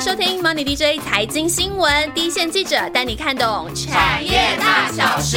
收听 Money DJ 财经新闻，第一线记者带你看懂产业大小事。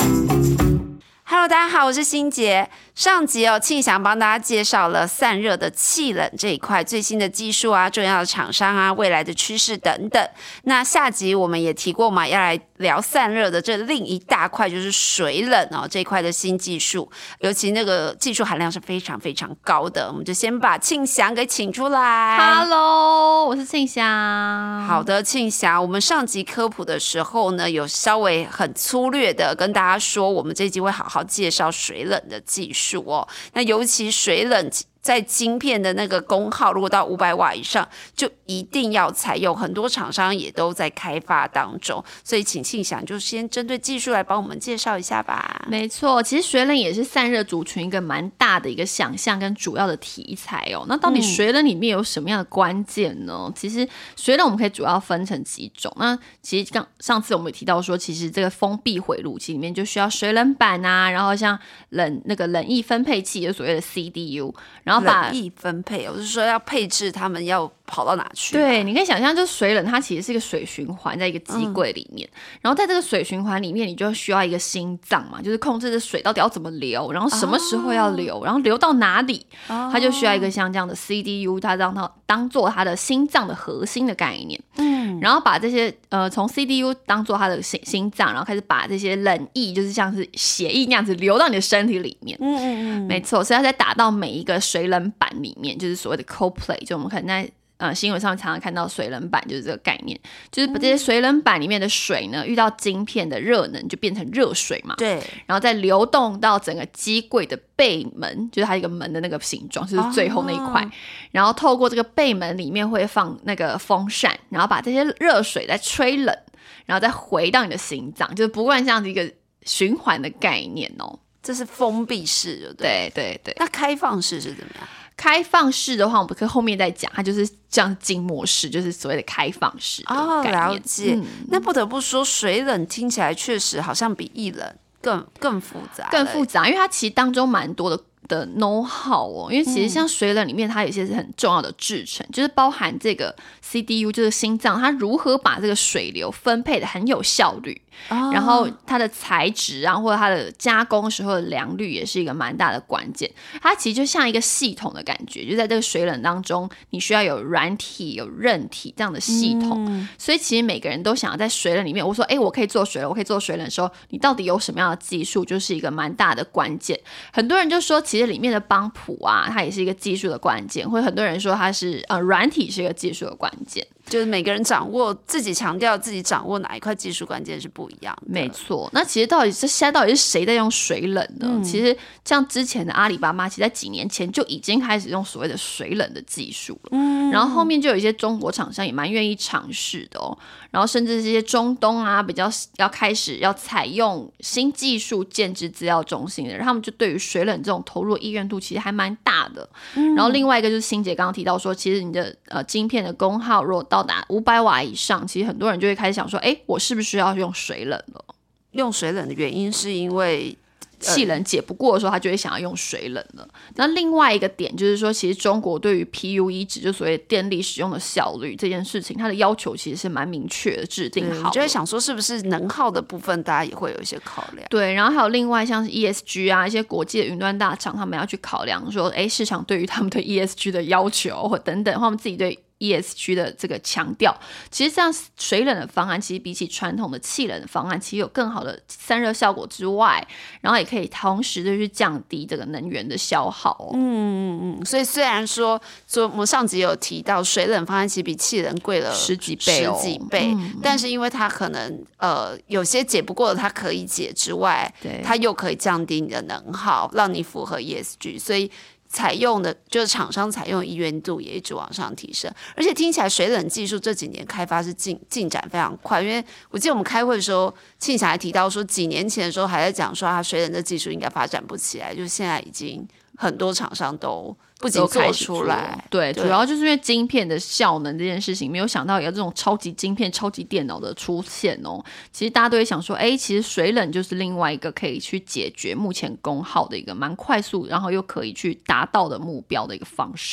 Hello， 大家好，我是欣杰。上集庆祥帮大家介绍了散热的气冷这一块最新的技术啊、重要的厂商啊、未来的趋势等等。那下集我们也提过嘛，要来聊散热的这另一大块就是水冷这一块的新技术，尤其那个技术含量是非常非常高的。我们就先把庆祥给请出来。 Hello， 我是庆祥。 好的，庆祥，我们上集科普的时候呢，有稍微很粗略的跟大家说，我们这一集会好好介绍水冷的技术那尤其水冷在晶片的那个功耗，如果到500瓦以上，就一定要采用。很多厂商也都在开发当中，所以请庆祥就先针对技术来帮我们介绍一下吧。 没错，其实水冷也是散热族群一个蛮大的一个想象跟主要的题材那到底水冷里面有什么样的关键呢？其实水冷我们可以主要分成几种。那其实上次我们也提到说，其实这个封闭回路器里面就需要水冷板啊，然后像那个冷液分配器，就所谓的 CDU， 然后把冷液分配，我是说要配置他们要跑到哪去？ 对，你可以想象，就水冷它其实是一个水循环在一个机柜里面，然后在这个水循环里面，你就需要一个心脏嘛，就是控制着水到底要怎么流，然后什么时候要流，然后流到哪里，它就需要一个像这样的 CDU， 它让它当做它的心脏的核心的概念。然后把这些从 CDU 当做它的心脏，然后开始把这些冷液，就是像是血液那样子流到你的身体里面。没错，所以它再打到每一个水冷板里面，就是所谓的 cold plate， 就我们可能在新闻上常常看到水冷板，就是这个概念，就是把这些水冷板里面的水呢，遇到晶片的热能就变成热水嘛， 对， 然后再流动到整个机柜的背门，就是它一个门的那个形状，就是最后那一块，然后透过这个背门里面会放那个风扇，然后把这些热水再吹冷，然后再回到你的心脏，就是不断这样子一个循环的概念这是封闭式的， 对对对。 那开放式是怎么样？ 开放式的话，我们可以后面再讲，它就是这样静默式，就是所谓的开放式的概念。 了解。那不得不说，水冷听起来确实好像比液冷更复杂， 更复杂，因为它其实当中蛮多的 know how 因为其实像水冷里面它有一些是很重要的制程，就是包含这个 CDU 就是心脏，它如何把这个水流分配的很有效率，然后它的材质啊或者它的加工时候的良率也是一个蛮大的关键。它其实就像一个系统的感觉，就在这个水冷当中你需要有软体有韧体这样的系统，所以其实每个人都想要在水冷里面，我说我可以做水冷，我可以做水冷的时候，你到底有什么样的技术，就是一个蛮大的关键。很多人就说其实里面的帮谱啊，它也是一个技术的关键，或者很多人说它是软体是一个技术的关键， 就是每个人掌握自己强调自己掌握哪一块技术关键是不一样的。 没错。那其实现在到底是谁在用水冷呢？其实像之前的阿里巴巴，其实在几年前就已经开始用所谓的水冷的技术了，然后后面就有一些中国厂商也蛮愿意尝试的然后甚至这些中东啊比较要开始要采用新技术建制资料中心的人，他们就对于水冷这种投入的意愿度其实还蛮大的。然后另外一个就是欣姐刚刚提到说，其实你的晶片的功耗如果到达500瓦以上，其实很多人就会开始想说，我是不是要用水冷了？ 用水冷的原因是因为气冷解不过的时候，他就会想要用水冷了。那另外一个点就是说，其实中国对于 PUE 值，就所谓电力使用的效率这件事情，它的要求其实是蛮明确的，制定好。 我就会想说，是不是能耗的部分，大家也会有一些考量？ 对，然后还有另外像是 ESG 啊，一些国际的云端大厂，他们要去考量说，市场对于他们的 ESG 的要求或等等，他们自己对ESG 的这个强调，其实这样水冷的方案其实比起传统的气冷的方案其实有更好的散热效果之外，然后也可以同时的去降低这个能源的消耗所以虽然说我们上集有提到水冷方案其实比气冷贵了十几倍但是因为它可能有些解不过的它可以解之外，它又可以降低你的能耗，让你符合 ESG， 所以采用的就是厂商采用的意愿度也一直往上提升。而且听起来水冷技术这几年开发是进展非常快，因为我记得我们开会的时候庆祥还提到说几年前的时候还在讲说水冷的技术应该发展不起来，就现在已经很多厂商都不仅做出来。 对，主要就是因为晶片的效能这件事情，没有想到有这种超级晶片超级电脑的出现其实大家都会想说其实水冷就是另外一个可以去解决目前功耗的一个蛮快速然后又可以去达到的目标的一个方式。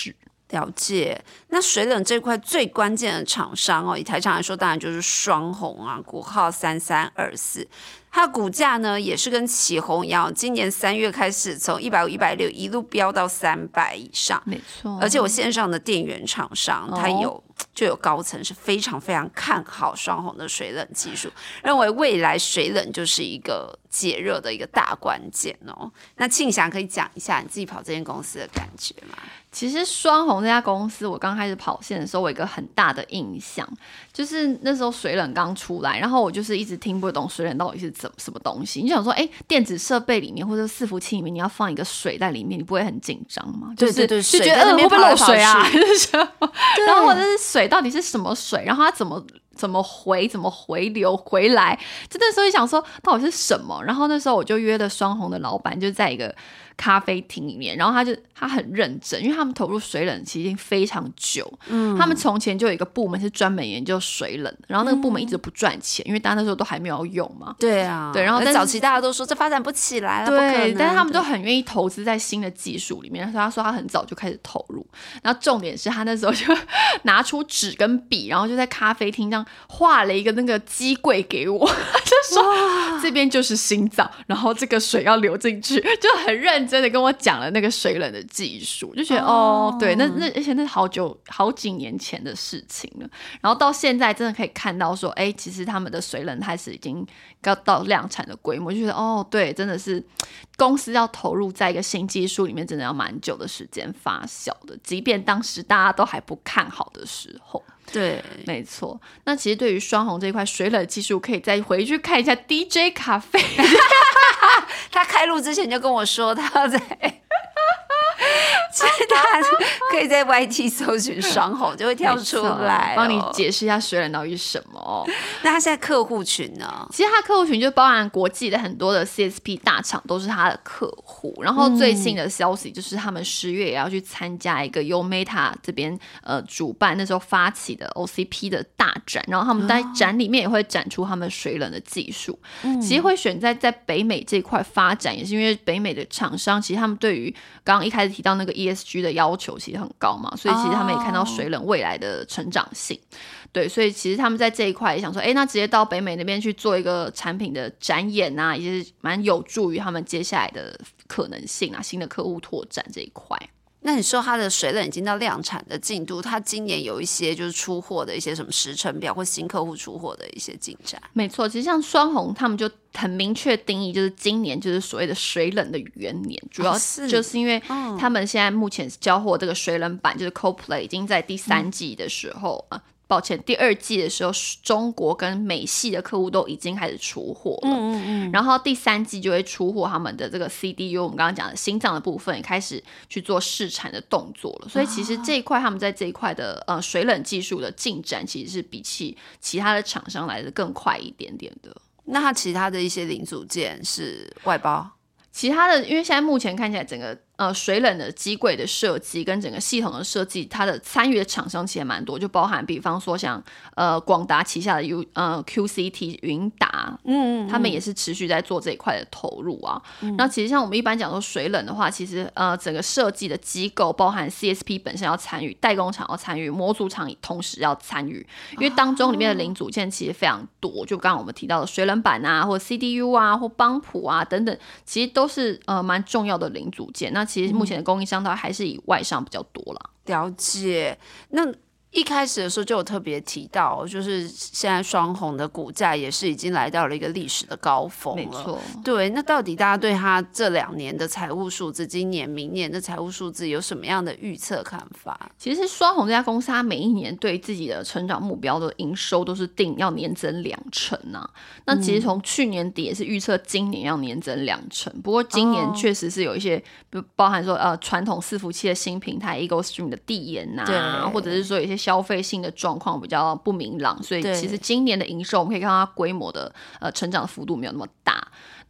了解。那水冷这块最关键的厂商以台厂来说，当然就是双红啊，股号3324。它的股价呢也是跟起宏一样，今年3月开始从150、160一路飙到300以上， 没错。 而且我线上的电源厂商，它就有高层是非常非常看好双红的水冷技术，认为未来水冷就是一个解热的一个大关键那庆祥可以讲一下你自己跑这间公司的感觉吗？ 其实双红这家公司，我刚开始跑线的时候，我有一个很大的印象，就是那时候水冷刚出来，然后我就是一直听不懂水冷到底是什么东西。你就想说，电子设备里面或者伺服器里面，你要放一个水在里面，你不会很紧张吗？ 对对对， 就觉得会不会漏水啊？然后或者是水到底是什么水，然后它怎么回流回来，就那时候就想说到底是什么。然后那时候我就约了双红的老板，就在一个咖啡厅里面，然后他很认真，因为他们投入水冷其实已经非常久。他们从前就有一个部门是专门研究水冷，然后那个部门一直不赚钱，因为大家那时候都还没有用嘛。 对啊， 对，然后早期大家都说这发展不起来了， 对， 不可能。 但是他们都很愿意投资在新的技术里面。他说他很早就开始投入，然后重点是他那时候就拿出纸跟笔，然后就在咖啡厅这样画了一个那个机柜给我，就说这边就是心脏，然后这个水要流进去，就很认真的跟我讲了那个水冷的技术，就觉得对，那而且那是好几年前的事情了。然后到现在真的可以看到说，其实他们的水冷开始已经要到量产的规模，就觉得对，真的是公司要投入在一个新技术里面，真的要蛮久的时间发酵的，即便当时大家都还不看好的时候。 对， 没错。那其实对于双红这一块水冷技术，可以再回去看一下 DJ 咖啡。 他开录之前就跟我说他要在所以大家可以在 YT 搜寻双红就会跳出来帮你解释一下水冷到底是什么那他现在客户群呢？ 其实他客户群就包含国际的很多的 CSP 大厂都是他的客户。然后最新的消息就是他们10月也要去参加一个由 Meta 这边主办，那时候发起的 OCP 的大展，然后他们在展里面也会展出他们水冷的技术。其实会选在北美这块发展，也是因为北美的厂商其实他们对于刚刚一开始提到那个 ESG 的要求其实很高嘛，所以其实他们也看到水冷未来的成长性。对，所以其实他们在这一块也想说，那直接到北美那边去做一个产品的展演啊，也是蛮有助于他们接下来的可能性啊，新的客户拓展这一块。 那你说它的水冷已经到量产的进度，它今年有一些就是出货的一些什么时程表或新客户出货的一些进展？ 没错，其实像双红他们就很明确定义，就是今年就是所谓的水冷的元年，主要就是因为他们现在目前交货这个水冷版就是 Coldplay 已经在第3季的时候抱歉，第2季的时候，中国跟美系的客户都已经开始出货了。然后第3季就会出货他们的这个 CDU， 我们刚刚讲的心脏的部分也开始去做试产的动作了。所以其实这一块他们在这一块的水冷技术的进展，其实是比起其他的厂商来的更快一点点的。 那它其他的一些零组件是外包？ 其他的，因为现在目前看起来整个水冷的机柜的设计跟整个系统的设计，它的参与的厂商其实蛮多，就包含比方说像广达旗下的QCT 云达，他们也是持续在做这一块的投入啊。那其实像我们一般讲说水冷的话，其实整个设计的机构包含 CSP 本身要参与，代工厂要参与，模组厂同时要参与，因为当中里面的零组件其实非常多，就刚刚我们提到的水冷板啊，或 CDU 啊，或帮谱啊等等，其实都是蛮重要的零组件。那其实目前的供应商都还是以外商比较多啦。 了解。那一开始的时候就有特别提到，就是现在双红的股价也是已经来到了一个历史的高峰了。 没错， 对。那到底大家对他这2年的财务数字，今年、明年的财务数字有什么样的预测看法？ 其实双红这家公司，它每一年对自己的成长目标的营收都是定要年增2%啊。那其实从去年底也是预测今年要年增2%，不过今年确实是有一些，包含说传统伺服器的新平台 EagleStream 的递延或者是说有一些消费性的状况比较不明朗，所以其实今年的营收我们可以看到它规模的成长幅度没有那么大。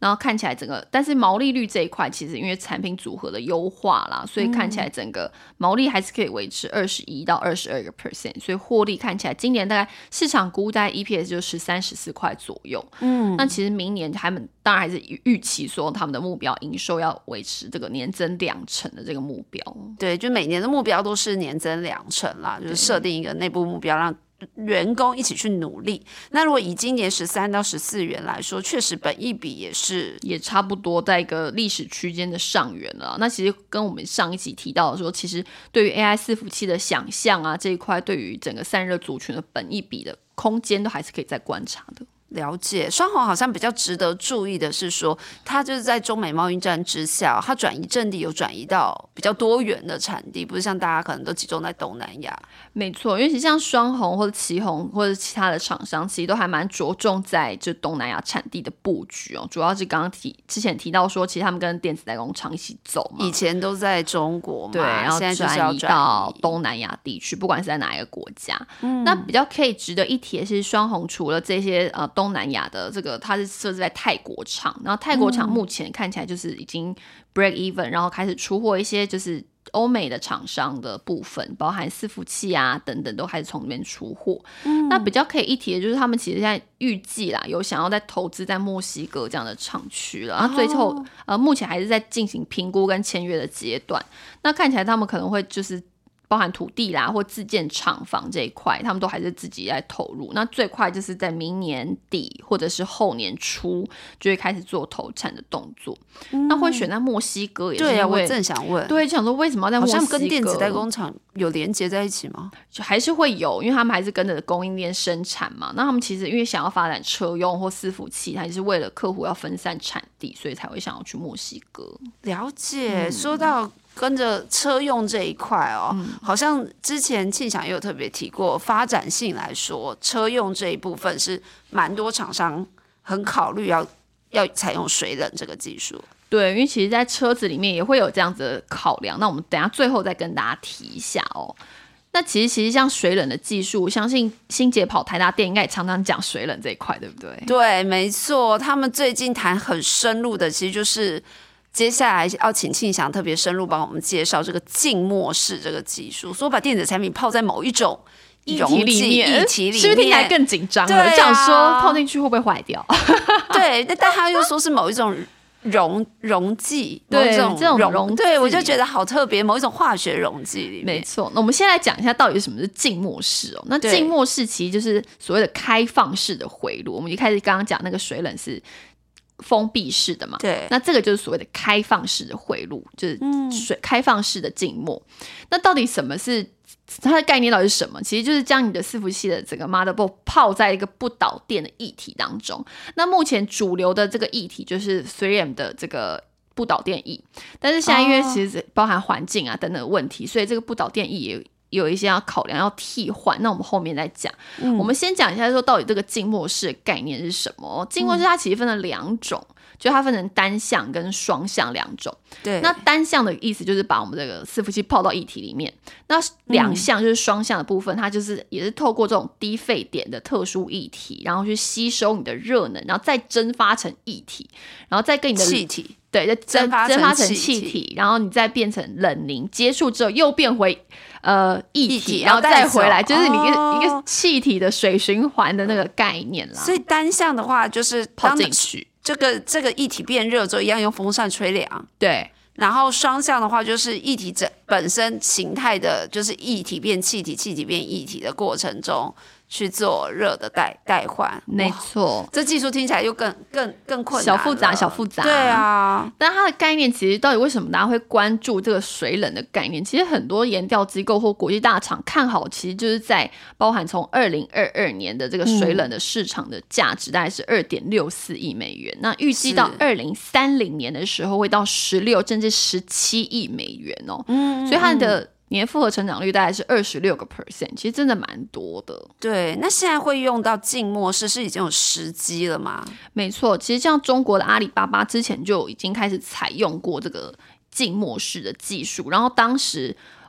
然后看起来整个，但是毛利率这一块其实因为产品组合的优化啦，所以看起来整个毛利还是可以维持21%到22%，所以获利看起来今年大概市场估大概 EPS 就13-14块左右。那其实明年他们当然还是预期说他们的目标营收要维持这个年增2%的这个目标。 对，就每年的目标都是年增2%啦，就是设定一个内部目标让员工一起去努力。那如果以今年13到14元来说，确实本益比也差不多在一个历史区间的上缘了。那其实跟我们上一集提到的说，其实对于 AI 伺服器的想象啊这一块，对于整个散热族群的本益比的空间都还是可以再观察的。 了解，双虹好像比较值得注意的是说，它就是在中美贸易战之下，它转移阵地有转移到比较多元的产地，不是像大家可能都集中在东南亚。 没错，因为其实像双虹或者奇虹或者其他的厂商，其实都还蛮着重在就东南亚产地的布局哦。主要是刚刚之前提到说，其实他们跟电子代工厂一起走嘛， 以前都在中国嘛， 对，然后现在就是要转移到东南亚地区，不管是在哪一个国家。那比较可以值得一提的是，双虹除了这些东南亚的这个，它是设置在泰国厂，然后泰国厂目前看起来就是已经 break even，然后开始出货一些就是欧美的厂商的部分，包含伺服器啊等等，都开始从那边出货。那比较可以一提的就是，他们其实现在预计啦，有想要在投资在墨西哥这样的厂区了。然后最后目前还是在进行评估跟签约的阶段。那看起来他们可能会就是包含土地啦或自建厂房这一块，他们都还是自己在投入。那最快就是在明年底或者是后年初就会开始做投产的动作。那会选在墨西哥也是因为， 对啊，我正想问， 对，就想说为什么要在墨西哥？ 好像跟电子代工厂有连接在一起吗？ 就还是会有，因为他们还是跟着供应链生产嘛。那他们其实因为想要发展车用或伺服器，还是为了客户要分散产地，所以才会想要去墨西哥。 了解，说到跟着车用这一块哦，好像之前庆祥也有特别提过，发展性来说，车用这一部分是蛮多厂商很考虑要采用水冷这个技术。 对，因为其实在车子里面也会有这样子的考量，那我们等一下最后再跟大家提一下哦。那其实像水冷的技术，相信欣姐跑台达电应该也常常讲水冷这一块，对不对？ 对，没错，他们最近谈很深入的，其实就是接下来要请庆祥特别深入帮我们介绍这个静默式这个技术，说把电子产品泡在某一种液体里面， 是不是听起来更紧张了？ 对啊， 想说泡进去会不会坏掉？ 对，但他又说是某一种溶剂， 对，这种溶剂， 对，我就觉得好特别，某一种化学溶剂里面。 没错，那我们先来讲一下到底什么是静默式哦。那静默式其实就是所谓的开放式的回路。我们一开始刚刚讲那个水冷是封闭式的嘛， 对， 那这个就是所谓的开放式的回路，就是开放式的静默。那到底什么是它的概念？到底是什么？其实就是将你的伺服器的整个 motherboard 泡在一个不导电的液体当中。那目前主流的这个液体就是 3M 的这个不导电液，但是现在因为其实包含环境啊等等的问题，所以这个不导电液也有一些要考量要替换，那我们后面再讲。我们先讲一下说到底这个静默式的概念是什么。静默式它其实分了2种，就它分成单向跟双向2种。 对， 那单向的意思就是把我们这个伺服器泡到液体里面，那2向就是双向的部分，它就是也是透过这种低沸点的特殊液体，然后去吸收你的热能，然后再蒸发成液体，然后再跟你的气体。 对，就蒸发成气体，然后你再变成冷凝，接触之后又变回液体，然后再回来，就是你一个气体的水循环的那个概念啦。 所以单向的话就是泡进去， 这个液体变热之后，一样用风扇吹凉。 对。 然后双向的话，就是液体本身形态的，就是液体变气体，气体变液体的过程中去做热的代换。 没错， 这技术听起来又更困难， 小复杂。 对啊， 但它的概念其实到底为什么大家会关注这个水冷的概念？其实很多研调机构或国际大厂看好，其实就是在包含从2022年的这个水冷的市场的价值大概是2.64亿美元，那预计到2030年的时候会到16甚至17亿美元哦。所以它的年复合成长率大概是26%，其实真的蛮多的。 对，那现在会用到静默式是已经有时机了吗？ 没错，其实像中国的阿里巴巴之前就已经开始采用过这个静默式的技术，然后当时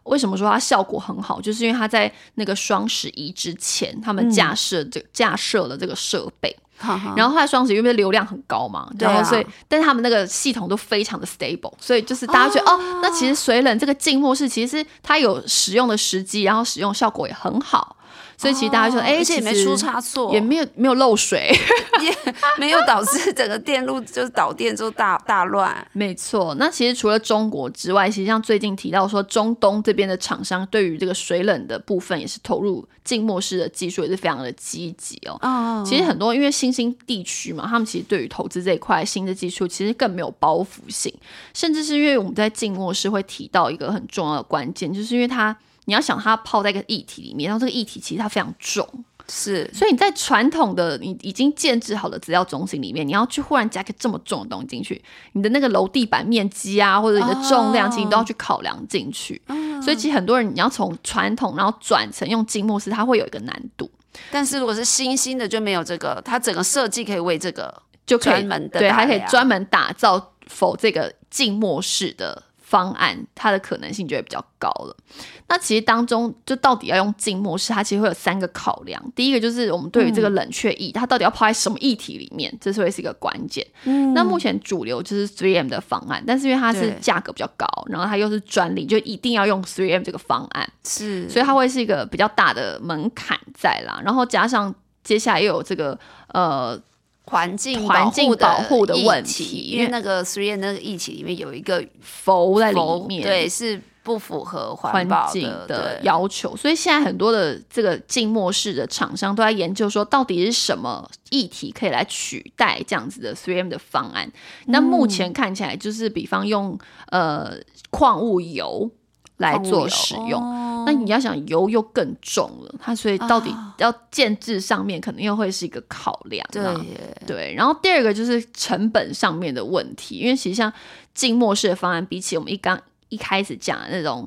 为什么说它效果很好，就是因为它在那个双11之前他们架设了这个设备，然后后来双11因为流量很高嘛，然后所以但是他们那个系统都非常的 stable， 所以就是大家觉得那其实水冷这个静默式其实它有使用的时机，然后使用效果也很好，所以其实大家说而且也没出差错， 也没有漏水也没有导致整个电路就是导电就大乱。 没错，那其实除了中国之外，其实像最近提到说中东这边的厂商对于这个水冷的部分也是投入静默式的技术，也是非常的积极哦。其实很多因为新兴地区嘛，他们其实对于投资这一块新的技术其实更没有包袱性，甚至是因为我们在静默式会提到一个很重要的关键，就是因为你要想它泡在一个液体里面，然后这个液体其实它非常重， 是， 所以你在传统的你已经建制好的资料中心里面，你要去忽然加个这么重的东西进去，你的那个楼地板面积啊，或者你的重量，其实你都要去考量进去。所以其实很多人你要从传统然后转成用静默式，它会有一个难度。 但是如果是新兴的就没有这个，它整个设计可以为这个就可以专门的对，还可以专门打造否这个静默式的方案，它的可能性就会比较高了。那其实当中就到底要用静默式，它其实会有3个考量。第一个就是我们对于这个冷却液，它到底要泡在什么液体里面，这是会是一个关键。那目前主流就是 3M 的方案，但是因为它是价格比较高，然后它又是专利，就一定要用 3M 这个方案， 是， 所以它会是一个比较大的门槛在啦。然后加上接下来又有这个环境保护的问题， 因为那个 3M 那个液体里面有一个氟在里面， 对，是不符合环保境的要求，所以现在很多的这个静默式的厂商都在研究说，到底是什么液体可以来取代这样子的 3M 的方案。那目前看起来就是比方用矿物油来做使用，那你要想油又更重了，它所以到底要建制上面可能又会是一个考量。对，然后第二个就是成本上面的问题，因为其实像静默式的方案，比起我们一开始讲的那种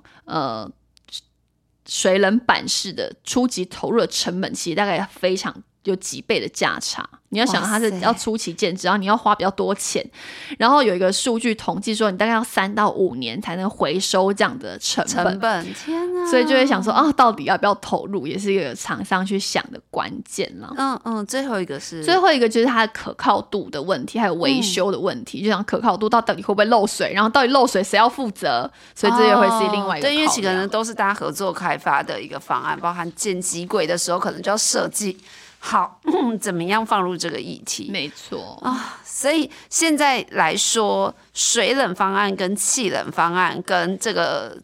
水冷板式的初级投入的成本，其实大概非常有几倍的价差。你要想它是要初期建制，然后你要花比较多钱，然后有一个数据统计说你大概要3到5年才能回收这样的成本， 天哪！ 所以就会想说到底要不要投入，也是一个厂商去想的关键啦。 最后一个就是它的可靠度的问题，还有维修的问题。就像可靠度到底会不会漏水，然后到底漏水谁要负责，所以这也会是另外一个考量。 对，因为可能都是大家合作开发的一个方案，包含建机柜的时候可能就要设计好怎么样放入这个议题。 没错所以现在来说，水冷方案跟气冷方案跟这个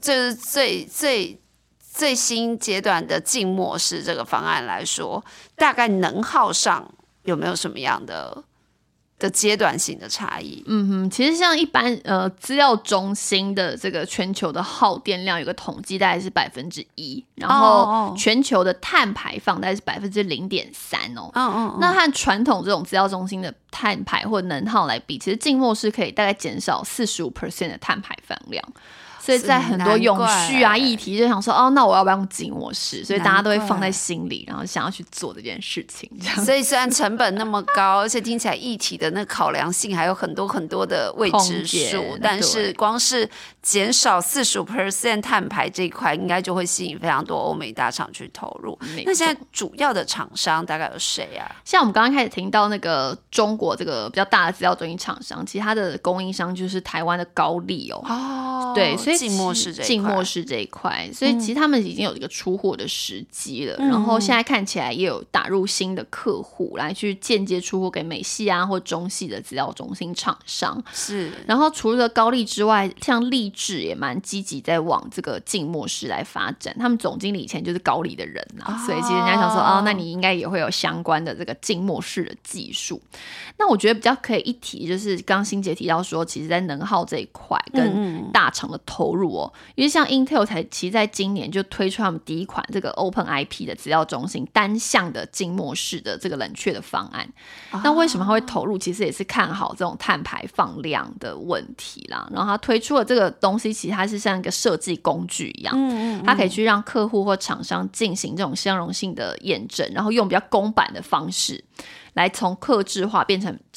最新阶段的静默式这个方案来说，大概能耗上有没有什么样的阶段性的差异？ 其实像一般资料中心的这个全球的耗电量有个统计，大概是1%，然后全球的碳排放大概是0.3%哦。那和传统这种资料中心的碳排或能耗来比，其实静默式可以大概减少45% 的碳排放量。所以在很多永续议题就想说那我要不要用静默式，所以大家都会放在心里，然后想要去做这件事情这样。 所以虽然成本那么高，而且听起来议题的那个考量性还有很多很多的未知数，但是光是减少45% 碳排这一块应该就会吸引非常多欧美大厂去投入。那现在主要的厂商大概有谁啊？ 像我们刚刚开始听到那个中国这个比较大的资料中心厂商，其实它的供应商就是台湾的高力对，所以静默式这一块，所以其实他们已经有一个出货的时机了，然后现在看起来也有打入新的客户来去间接出货给美系或中系的资料中心厂商。 是， 然后除了高力之外，像力智也蛮积极在往这个静默式来发展，他们总经理以前就是高力的人所以其实人家想说那你应该也会有相关的这个静默式的技术。那我觉得比较可以一提就是刚刚欣姐提到说，其实在能耗这一块跟大厂的投入因为像 Intel 其实在今年就推出他们第一款这个 OpenIP 的资料中心单向的静默式的这个冷却的方案。那为什么他会投入？其实也是看好这种碳排放量的问题啦。然后他推出了这个东西，其实它是像一个设计工具一样，它可以去让客户或厂商进行这种相容性的验证，然后用比较公版的方式来从客制化变成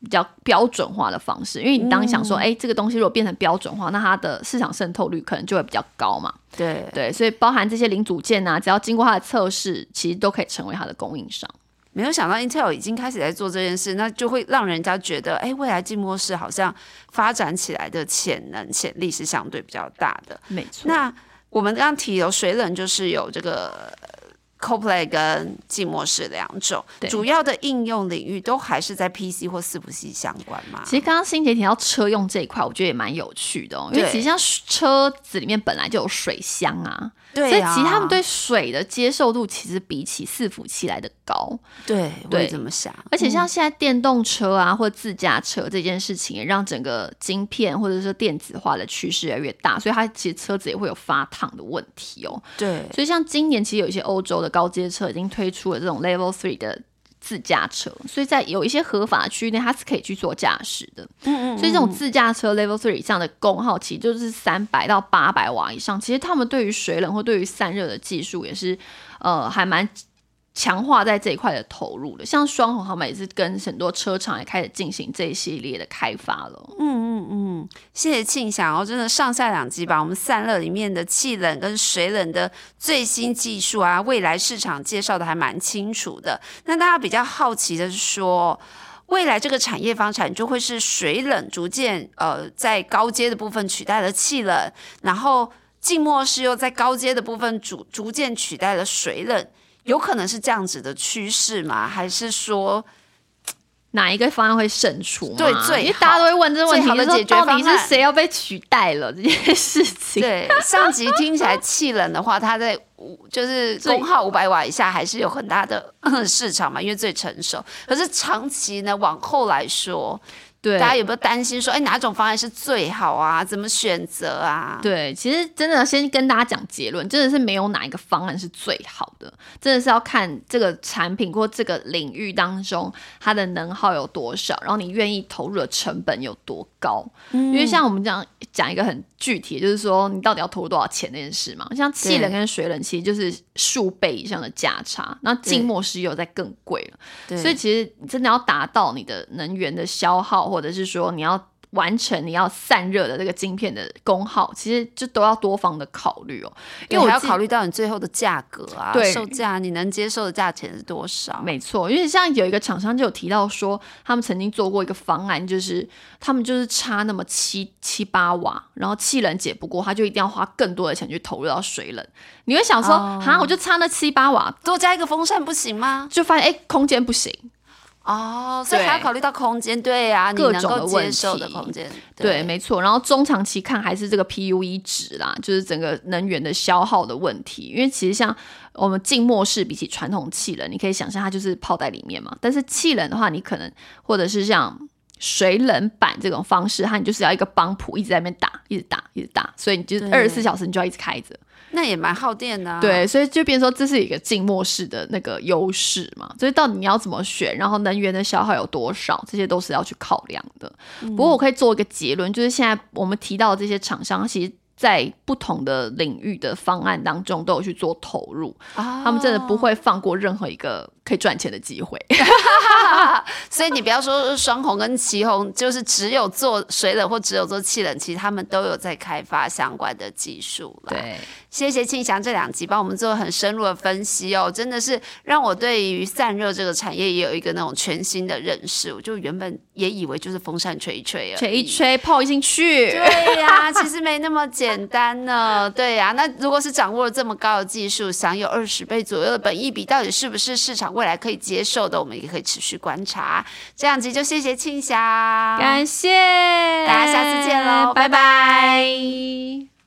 比较标准化的方式，因为你当你想说这个东西如果变成标准化，那它的市场渗透率可能就会比较高嘛。对，所以包含这些零组件啊，只要经过它的测试，其实都可以成为它的供应商。 没有想到 Intel 已经开始在做这件事，那就会让人家觉得未来静默式好像发展起来的潜力是相对比较大的。 没错。 那我们刚刚提有水冷，就是有这个Coldplay 跟静默式2种，主要的应用领域都还是在 PC 或伺服器相关嘛。 其实刚刚欣姐提到车用这一块，我觉得也蛮有趣的因为其实像车子里面本来就有水箱啊， 对啊， 所以其实他们对水的接受度其实比起伺服器来的高。 对，我也这么想。 而且像现在电动车啊，或自驾车这件事情，也让整个晶片或者是电子化的趋势越来越大，所以它其实车子也会有发烫的问题对， 所以像今年其实有一些欧洲的高阶车已经推出了这种 Level 3的自驾车，所以在有一些合法区域内它是可以去做驾驶的。所以这种自驾车 Level 3以上的功耗其实就是300到800瓦以上，其实他们对于水冷或对于散热的技术也是还蛮强化在这一块的投入的。像双虹他们也是跟很多车厂也开始进行这一系列的开发了。 谢谢庆祥真的上下2集把我们散热里面的气冷跟水冷的最新技术啊，未来市场介绍的还蛮清楚的。那大家比较好奇的是说，未来这个产业发展就会是水冷逐渐在高阶的部分取代了气冷，然后静默式又在高阶的部分逐渐取代了水冷，有可能是这样子的趋势吗？还是说哪一个方案会胜出嘛？ 对，最好， 因为大家都会问这个问题， 的解决方案到底是谁要被取代了这件事情？ 对，上集听起来气冷的话，它在就是功耗500瓦以下还是有很大的市场嘛，因为最成熟。可是长期呢，往后来说。对，大家有没有担心说，哪种方案是最好啊？怎么选择啊？ 对，其实真的先跟大家讲结论，真的是没有哪一个方案是最好的，真的是要看这个产品或这个领域当中它的能耗有多少，然后你愿意投入的成本有多高。因为像我们讲一个很具体的，就是说你到底要投入多少钱那件事嘛。像气冷跟水冷其实就是数倍以上的价差，那静默式又再更贵了。所以其实你真的要达到你的能源的消耗，或者是说你要完成你要散热的这个晶片的功耗，其实就都要多方的考虑因为我要考虑到你最后的价格啊，售价你能接受的价钱是多少？ 没错，因为像有一个厂商就有提到说，他们曾经做过一个方案，就是他们就是差那么7、8瓦，然后气冷解不过，他就一定要花更多的钱去投入到水冷。你会想说，我就差那7、8瓦， 多加一个风扇不行吗？ 就发现空间不行。 所以还要考虑到空间，对啊，你能够接受的空间， 对，没错。然后中长期看还是这个 PUE 值啦，就是整个能源的消耗的问题。因为其实像我们静默式比起传统气冷，你可以想象它就是泡在里面嘛。但是气冷的话，你可能或者是像水冷板这种方式，它你就是要一个帮浦一直在那边打，一直打，一直打，所以你就24小时你就要一直开着。 那也蛮耗电的对，所以就变成说这是一个静默式的那个优势嘛，所以到底你要怎么选，然后能源的消耗有多少，这些都是要去考量的。不过我可以做一个结论，就是现在我们提到的这些厂商其实在不同的领域的方案当中都有去做投入，他们真的不会放过任何一个可以赚钱的机会。 所以你不要说双虹跟奇虹就是只有做水冷或只有做气冷，其实他们都有在开发相关的技术啦。 对， 谢谢庆祥这2集帮我们做很深入的分析真的是让我对于散热这个产业也有一个那种全新的认识。我就原本也以为就是风扇吹一吹而已， 吹一吹泡一进去， 对呀，其实没那么简单呢。对呀，那如果是掌握了这么高的技术，享有20倍左右的本益比，到底是不是市场未来可以接受的，我们也可以持续观察。这2集就谢谢庆祥， 感谢大家下次见喽，拜拜。